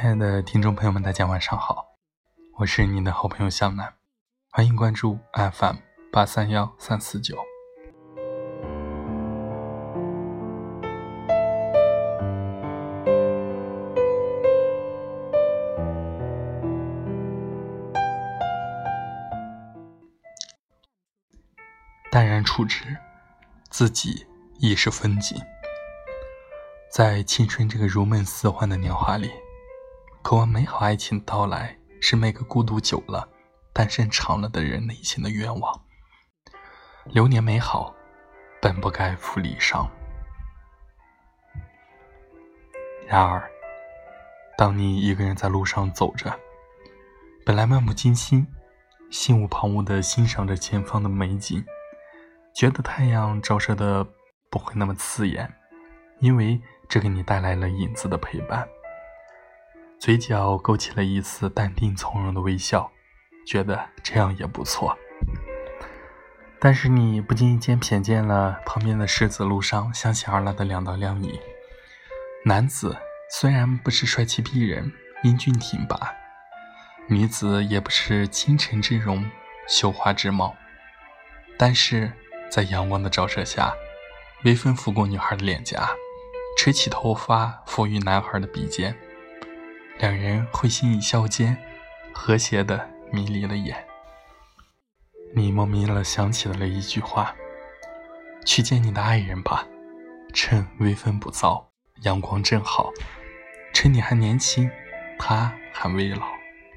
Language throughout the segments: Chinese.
爱的听众朋友们，大家晚上好，我是你的好朋友向南，欢迎关注 FM831349。淡然处之，自己亦是风景。在青春这个如梦似幻的年华里，渴望美好爱情到来，是每个孤独久了、单身长了的人内心的愿望。流年美好，本不该负离殇。然而，当你一个人在路上走着，本来漫不经心、心无旁骛地欣赏着前方的美景，觉得太阳照射的不会那么刺眼，因为这给你带来了影子的陪伴。嘴角勾起了一丝淡定从容的微笑，觉得这样也不错。但是你不经意间瞥见了旁边的石子路上相携而来的两道靓影。男子虽然不是帅气逼人、英俊挺拔，女子也不是倾城之容、秀华之貌，但是在阳光的照射下，微风拂过女孩的脸颊，吹起头发拂于男孩的鼻尖，两人会心一笑间，和谐地迷离了眼。你莫名了想起了一句话：去见你的爱人吧，趁微风不燥，阳光正好，趁你还年轻，他还未老。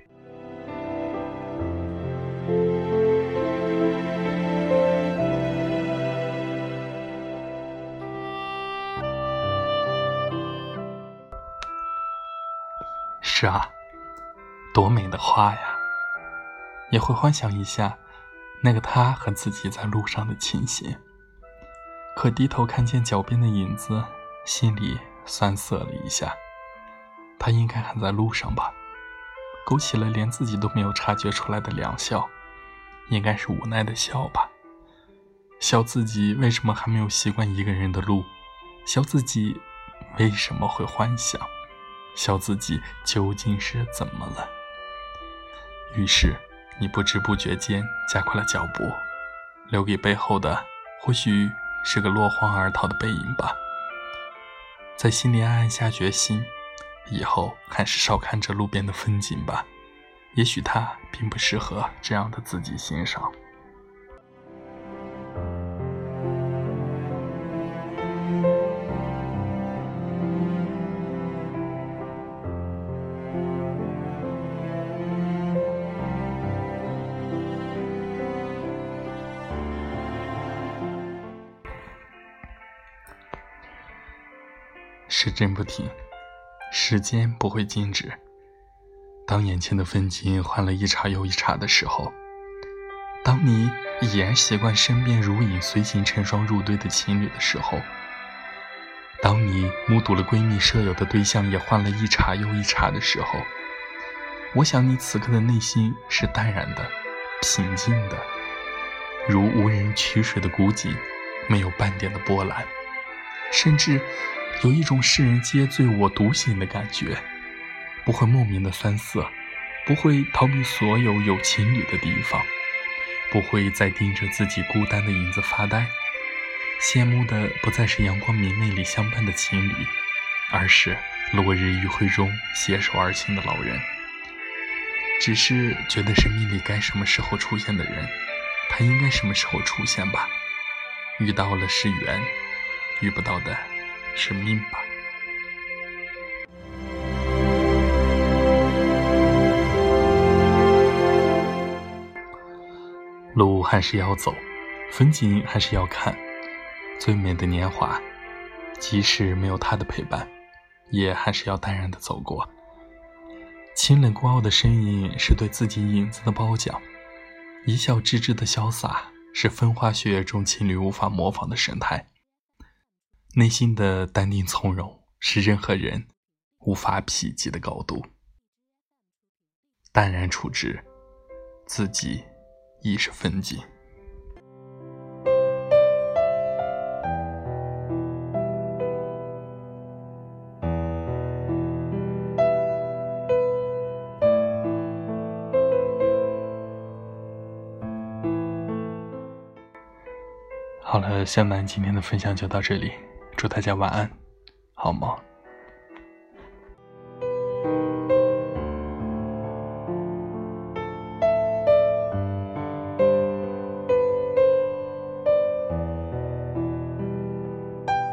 是啊，多美的话呀！也会幻想一下那个他和自己在路上的情形，可低头看见脚边的影子，心里酸涩了一下。他应该还在路上吧？勾起了连自己都没有察觉出来的凉笑，应该是无奈的笑吧。笑自己为什么还没有习惯一个人的路，笑自己为什么会幻想，笑自己究竟是怎么了。于是你不知不觉间加快了脚步，留给背后的或许是个落荒而逃的背影吧。在心里暗暗下决心，以后还是少看着路边的风景吧，也许它并不适合这样的自己欣赏。时针不停，时间不会静止。当眼前的风景换了一茬又一茬的时候，当你已然习惯身边如影随形成双入对的情侣的时候，当你目睹了闺蜜舍友的对象也换了一茬又一茬的时候，我想你此刻的内心是淡然的、平静的，如无人取水的古井，没有半点的波澜，甚至有一种世人皆醉我独醒的感觉，不会莫名的酸涩，不会逃避所有有情侣的地方，不会再盯着自己孤单的影子发呆，羡慕的不再是阳光明媚里相伴的情侣，而是落日余晖中携手而行的老人。只是觉得生命里该什么时候出现的人，他应该什么时候出现吧。遇到了是缘，遇不到的是命吧。路还是要走，风景还是要看。最美的年华，即使没有他的陪伴，也还是要淡然地走过。清冷孤傲的身影是对自己影子的褒奖，一笑置之的潇洒是风花雪月中情侣无法模仿的神态，内心的淡定从容是任何人无法匹及的高度。淡然处之，自己亦是风景。 好了，向南今天的分享就到这里，祝大家晚安，好梦。